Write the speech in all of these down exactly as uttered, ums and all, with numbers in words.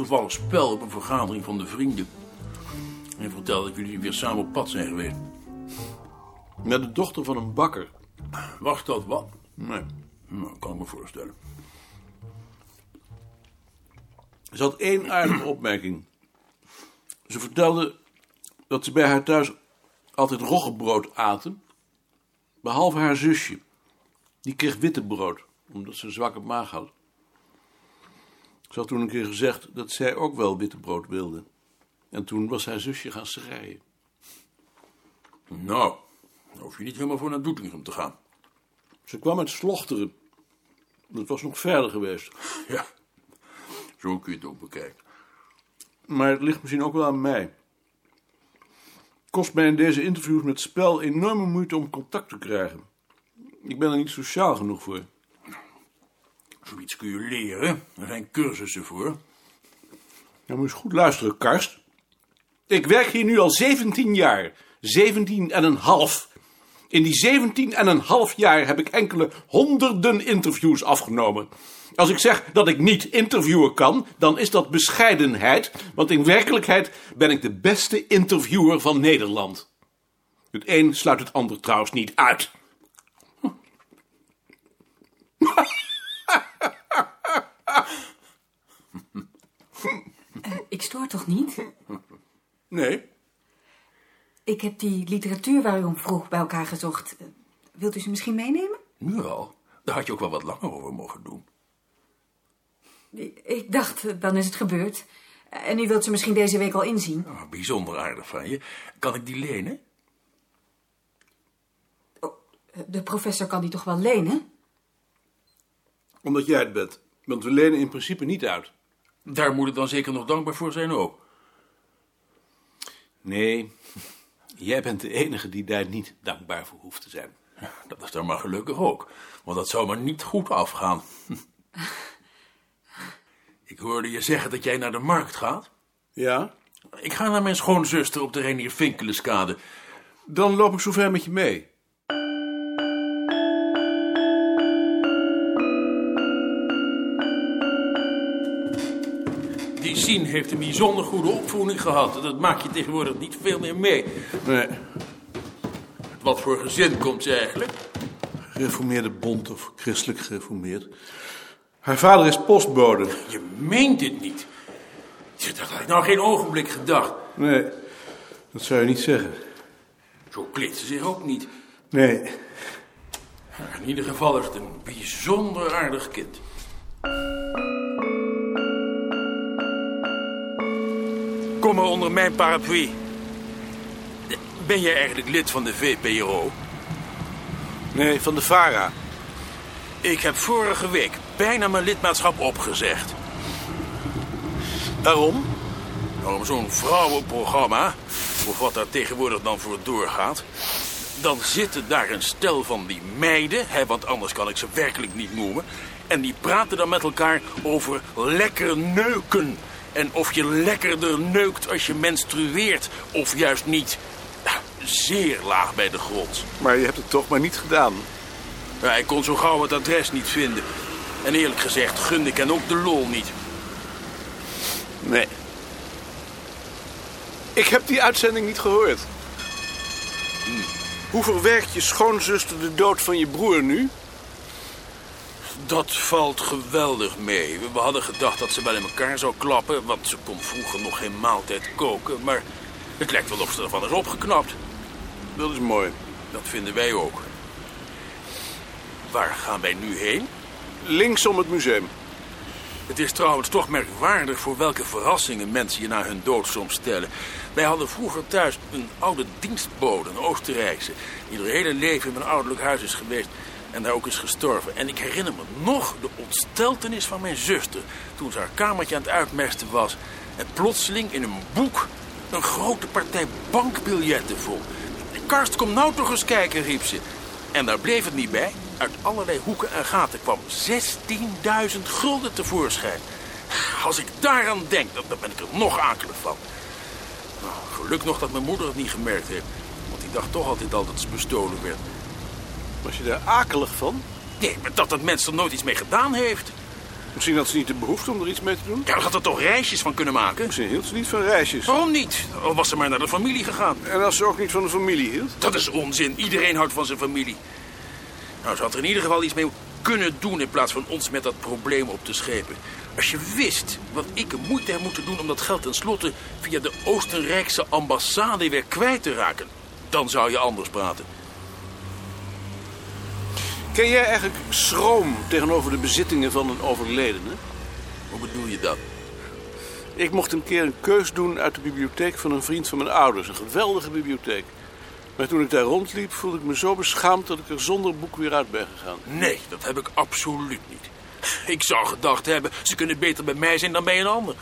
toevallig Spel op een vergadering van de vrienden. Hij vertelde dat jullie weer samen op pad zijn geweest. Met de dochter van een bakker. Was dat wat? Nee, nou, kan ik me voorstellen. Ze had één aardige opmerking. Ze vertelde dat ze bij haar thuis altijd roggebrood aten. Behalve haar zusje. Die kreeg wittebrood, omdat ze een zwakke maag had. Ze had toen een keer gezegd dat zij ook wel wittebrood wilde. En toen was haar zusje gaan schreien. Nou, dan hoef je niet helemaal voor naar Doetinchem te gaan. Ze kwam uit Slochteren. Dat was nog verder geweest. Ja, zo kun je het ook bekijken. Maar het ligt misschien ook wel aan mij. Het kost mij in deze interviews met Spel enorme moeite om contact te krijgen. Ik ben er niet sociaal genoeg voor. Zoiets kun je leren. Er zijn cursussen voor. Nou, moet je eens goed luisteren, Karst. Ik werk hier nu al zeventien jaar. zeventien en een half. In die zeventien en een half jaar heb ik enkele honderden interviews afgenomen. Als ik zeg dat ik niet interviewen kan, dan is dat bescheidenheid, want in werkelijkheid ben ik de beste interviewer van Nederland. Het een sluit het ander trouwens niet uit. Uh, ik stoor toch niet? Nee. Ik heb die literatuur waar u om vroeg bij elkaar gezocht. Uh, wilt u ze misschien meenemen? Nu al? Daar had je ook wel wat langer over mogen doen. Ik, ik dacht, uh, dan is het gebeurd. Uh, en u wilt ze misschien deze week al inzien? Oh, bijzonder aardig van je. Kan ik die lenen? Oh, de professor kan die toch wel lenen? Omdat jij het bent. Want we lenen in principe niet uit. Daar moet ik dan zeker nog dankbaar voor zijn ook. Nee, jij bent de enige die daar niet dankbaar voor hoeft te zijn. Ja, dat is dan maar gelukkig ook. Want dat zou maar niet goed afgaan. Ik hoorde je zeggen dat jij naar de markt gaat. Ja? Ik ga naar mijn schoonzuster op de Reinier Vinkeleskade. Dan loop ik zover met je mee. Die Sien heeft een bijzonder goede opvoeding gehad. Dat maak je tegenwoordig niet veel meer mee. Nee. Wat voor gezin komt ze eigenlijk? Gereformeerde bond of christelijk gereformeerd. Haar vader is postbode. Je meent dit niet. Dat had ik nou geen ogenblik gedacht. Nee, dat zou je niet zeggen. Zo kleedt ze zich ook niet. Nee. In ieder geval is het een bijzonder aardig kind. Kom maar onder mijn paraplu. Ben jij eigenlijk lid van de V P R O? Nee, van de VARA. Ik heb vorige week bijna mijn lidmaatschap opgezegd. Waarom? Nou, om zo'n vrouwenprogramma, of wat daar tegenwoordig dan voor doorgaat, dan zitten daar een stel van die meiden, hè, want anders kan ik ze werkelijk niet noemen, en die praten dan met elkaar over lekker neuken. En of je lekkerder neukt als je menstrueert, of juist niet. Zeer laag bij de grond. Maar je hebt het toch maar niet gedaan. Ja, ik kon zo gauw het adres niet vinden. En eerlijk gezegd gunde ik hen ook de lol niet. Nee. Ik heb die uitzending niet gehoord. Hm. Hoe verwerkt je schoonzuster de dood van je broer nu? Dat valt geweldig mee. We hadden gedacht dat ze wel in elkaar zou klappen, want ze kon vroeger nog geen maaltijd koken. Maar het lijkt wel of ze ervan is opgeknapt. Dat is mooi. Dat vinden wij ook. Waar gaan wij nu heen? Links om het museum. Het is trouwens toch merkwaardig voor welke verrassingen mensen je na hun dood soms stellen. Wij hadden vroeger thuis een oude dienstbode, een Oostenrijkse, die haar hele leven in mijn ouderlijk huis is geweest en daar ook is gestorven. En ik herinner me nog de ontsteltenis van mijn zuster toen ze haar kamertje aan het uitmesten was en plotseling in een boek een grote partij bankbiljetten vond. Karst, kom nou toch eens kijken, riep ze. En daar bleef het niet bij. Uit allerlei hoeken en gaten kwam zestienduizend gulden tevoorschijn. Als ik daaraan denk, dan ben ik er nog akelig van. Nou, geluk nog dat mijn moeder het niet gemerkt heeft. Want die dacht toch altijd al dat ze bestolen werd. Was je daar akelig van? Nee, maar dat dat mens er nooit iets mee gedaan heeft. Misschien had ze niet de behoefte om er iets mee te doen. Ja, dan had er toch reisjes van kunnen maken? Misschien hield ze niet van reisjes. Waarom niet? Al was ze maar naar de familie gegaan. En als ze ook niet van de familie hield? Dat is onzin. Iedereen houdt van zijn familie. Nou, ze had er in ieder geval iets mee kunnen doen in plaats van ons met dat probleem op te schepen. Als je wist wat ik er moeite heb moeten doen om dat geld tenslotte via de Oostenrijkse ambassade weer kwijt te raken, dan zou je anders praten. Ken jij eigenlijk schroom tegenover de bezittingen van een overledene? Hoe bedoel je dat? Ik mocht een keer een keus doen uit de bibliotheek van een vriend van mijn ouders. Een geweldige bibliotheek. Maar toen ik daar rondliep, voelde ik me zo beschaamd dat ik er zonder boek weer uit ben gegaan. Nee, dat heb ik absoluut niet. Ik zou gedacht hebben, ze kunnen beter bij mij zijn dan bij een ander.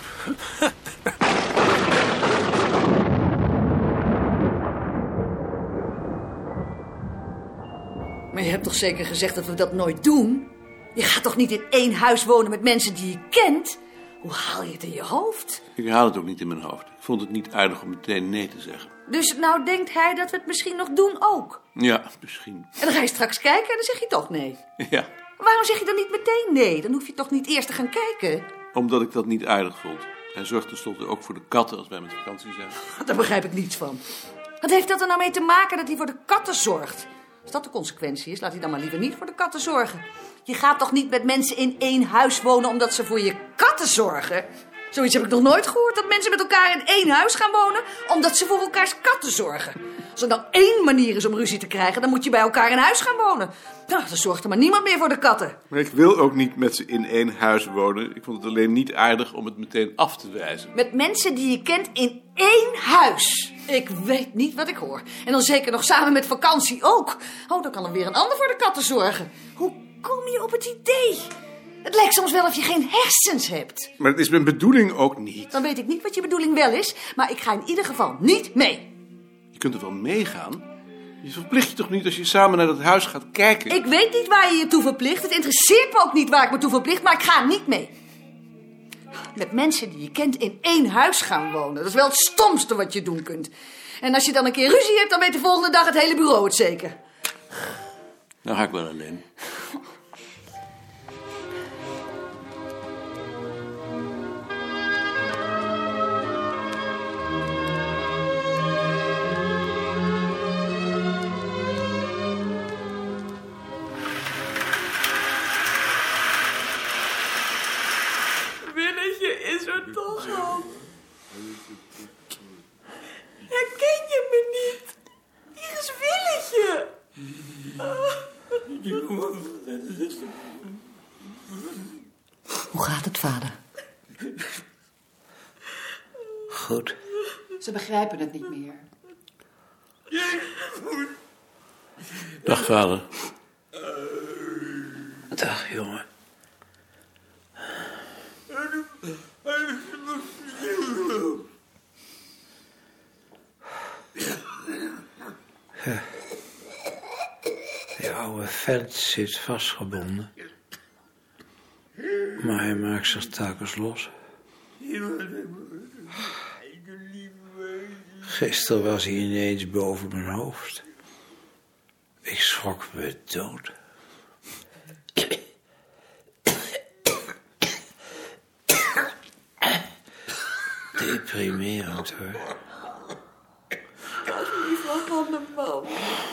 Maar je hebt toch zeker gezegd dat we dat nooit doen? Je gaat toch niet in één huis wonen met mensen die je kent? Hoe haal je het in je hoofd? Ik haal het ook niet in mijn hoofd. Ik vond het niet aardig om meteen nee te zeggen. Dus nou denkt hij dat we het misschien nog doen ook? Ja, misschien. En dan ga je straks kijken en dan zeg je toch nee. Ja. Waarom zeg je dan niet meteen nee? Dan hoef je toch niet eerst te gaan kijken? Omdat ik dat niet aardig vond. Hij zorgt tenslotte ook voor de katten als wij met vakantie zijn. Daar begrijp ik niets van. Wat heeft dat er nou mee te maken dat hij voor de katten zorgt? Als dat de consequentie is, laat hij dan maar liever niet voor de katten zorgen. Je gaat toch niet met mensen in één huis wonen omdat ze voor je katten zorgen? Zoiets heb ik nog nooit gehoord, dat mensen met elkaar in één huis gaan wonen omdat ze voor elkaars katten zorgen. Als er dan één manier is om ruzie te krijgen, dan moet je bij elkaar in huis gaan wonen. Nou, dan zorgt er maar niemand meer voor de katten. Maar ik wil ook niet met ze in één huis wonen. Ik vond het alleen niet aardig om het meteen af te wijzen. Met mensen die je kent in één huis. Ik weet niet wat ik hoor. En dan zeker nog samen met vakantie ook. Oh, dan kan er weer een ander voor de katten zorgen. Hoe kom je op het idee? Het lijkt soms wel of je geen hersens hebt. Maar het is mijn bedoeling ook niet. Dan weet ik niet wat je bedoeling wel is, maar ik ga in ieder geval niet mee. Je kunt er wel meegaan. Je verplicht je toch niet als je samen naar dat huis gaat kijken? Ik weet niet waar je je toe verplicht. Het interesseert me ook niet waar ik me toe verplicht, maar ik ga niet mee. Met mensen die je kent in één huis gaan wonen. Dat is wel het stomste wat je doen kunt. En als je dan een keer ruzie hebt, dan weet de volgende dag het hele bureau het zeker. Dan ga ik wel alleen. Willetje is er toch al. Herken je me niet? Hier is Willetje. Hoe gaat het, vader? Goed. Ze begrijpen het niet meer. Dag, vader. Dag, jongen. Die oude vent zit vastgebonden. Maar hij maakt zich telkens los. Gisteren was hij ineens boven mijn hoofd. Ik schrok me dood. Deprimerend, hoor. Lieve Hanneman.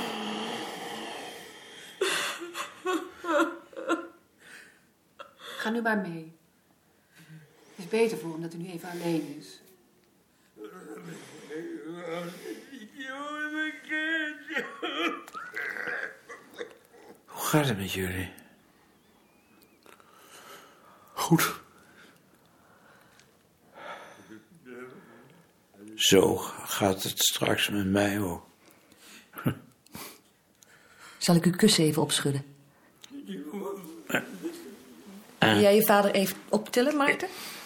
Ga nu maar mee. Het is beter voor hem dat hij nu even alleen is. Hoe gaat het met jullie? Goed. Zo gaat het straks met mij ook. Zal ik uw kussen even opschudden? Uh. Wil jij je vader even optillen, Maarten?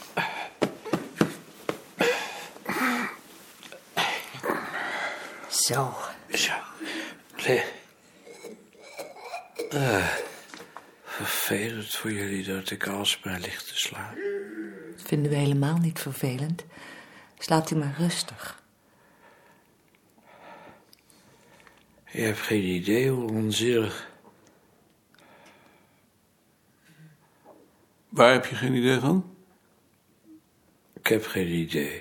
Zo. Zo. Le- uh, vervelend voor jullie dat ik alsmaar lig te slapen. Dat vinden we helemaal niet vervelend. Slaapt u maar rustig. Je hebt geen idee hoe onzinnig. Waar heb je geen idee van? Ik heb geen idee.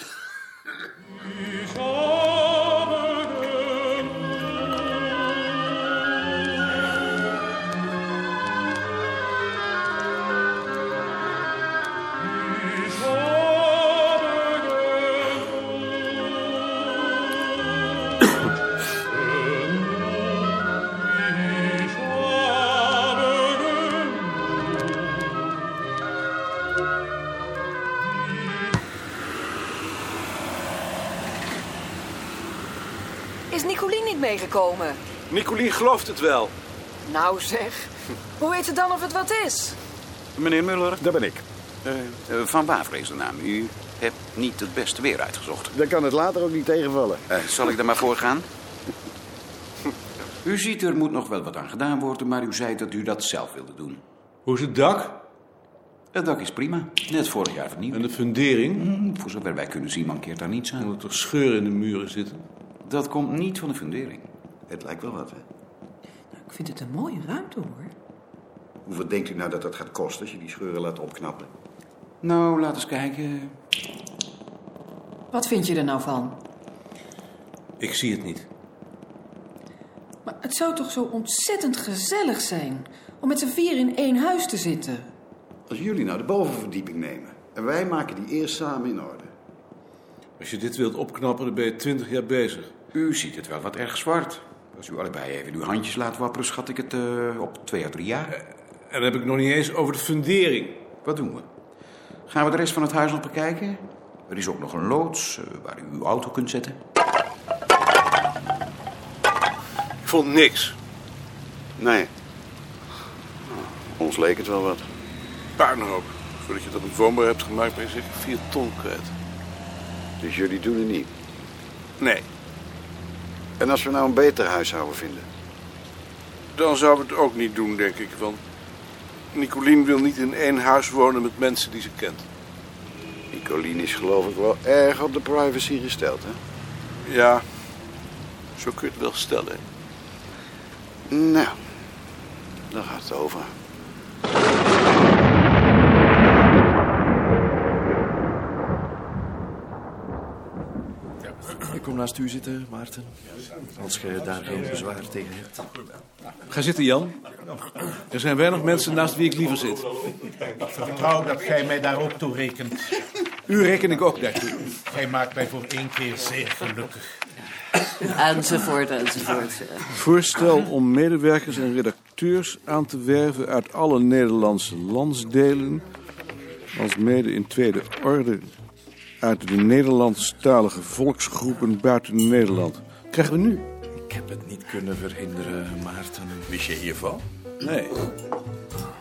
Is Nicolien niet meegekomen? Nicolien gelooft het wel. Nou zeg, hoe weet ze dan of het wat is? Meneer Muller, Dat ben ik. uh, uh, Van Waver is de naam. U hebt niet het beste weer uitgezocht. Dan kan het later ook niet tegenvallen. Uh, zal ik er maar voor gaan? U ziet, er moet nog wel wat aan gedaan worden, maar u zei dat u dat zelf wilde doen. Hoe is het dak? Het dak is prima. Net vorig jaar vernieuwd. En de fundering? Hmm, voor zover wij kunnen zien, mankeert daar niets aan. Omdat er scheuren in de muren zitten. Dat komt niet van de fundering. Het lijkt wel wat, hè? Ik vind het een mooie ruimte, hoor. Hoeveel denkt u nou dat dat gaat kosten als je die scheuren laat opknappen? Nou, laat eens kijken. Wat vind je er nou van? Ik zie het niet. Maar het zou toch zo ontzettend gezellig zijn om met z'n vier in één huis te zitten? Als jullie nou de bovenverdieping nemen en wij maken die eerst samen in orde. Als je dit wilt opknappen, dan ben je twintig jaar bezig. U ziet het wel wat erg zwart. Als u allebei even uw handjes laat wapperen, schat ik het uh, op twee à drie jaar. En dan heb ik nog niet eens over de fundering. Wat doen we? Gaan we de rest van het huis nog bekijken? Er is ook nog een loods uh, waar u uw auto kunt zetten. Ik vond niks. Nee. Ons leek het wel wat. Puinhoop. Voordat je dat bewoonbaar hebt gemaakt, ben je zeker vier ton kwijt. Dus jullie doen het niet. Nee, En als we nou een beter huis zouden vinden? dan zouden we het ook niet doen, denk ik. Want Nicolien wil niet in één huis wonen met mensen die ze kent. Nicolien is geloof ik wel erg op de privacy gesteld, hè? Ja, zo kun je het wel stellen. Nou, daar gaat het over. Ik kom naast u zitten, Maarten. Als je daar geen bezwaar tegen hebt. Ga zitten, Jan. Er zijn weinig mensen naast wie ik liever zit. Ik vertrouw dat gij mij daar ook toe rekent. U reken ik ook daartoe. Gij maakt mij voor één keer zeer gelukkig. Enzovoort, enzovoort. Voorstel om medewerkers en redacteurs aan te werven uit alle Nederlandse landsdelen, als mede in tweede orde uit de Nederlandstalige volksgroepen buiten Nederland. Krijgen we nu? Ik heb het niet kunnen verhinderen, Maarten. Wist je hiervan? Nee.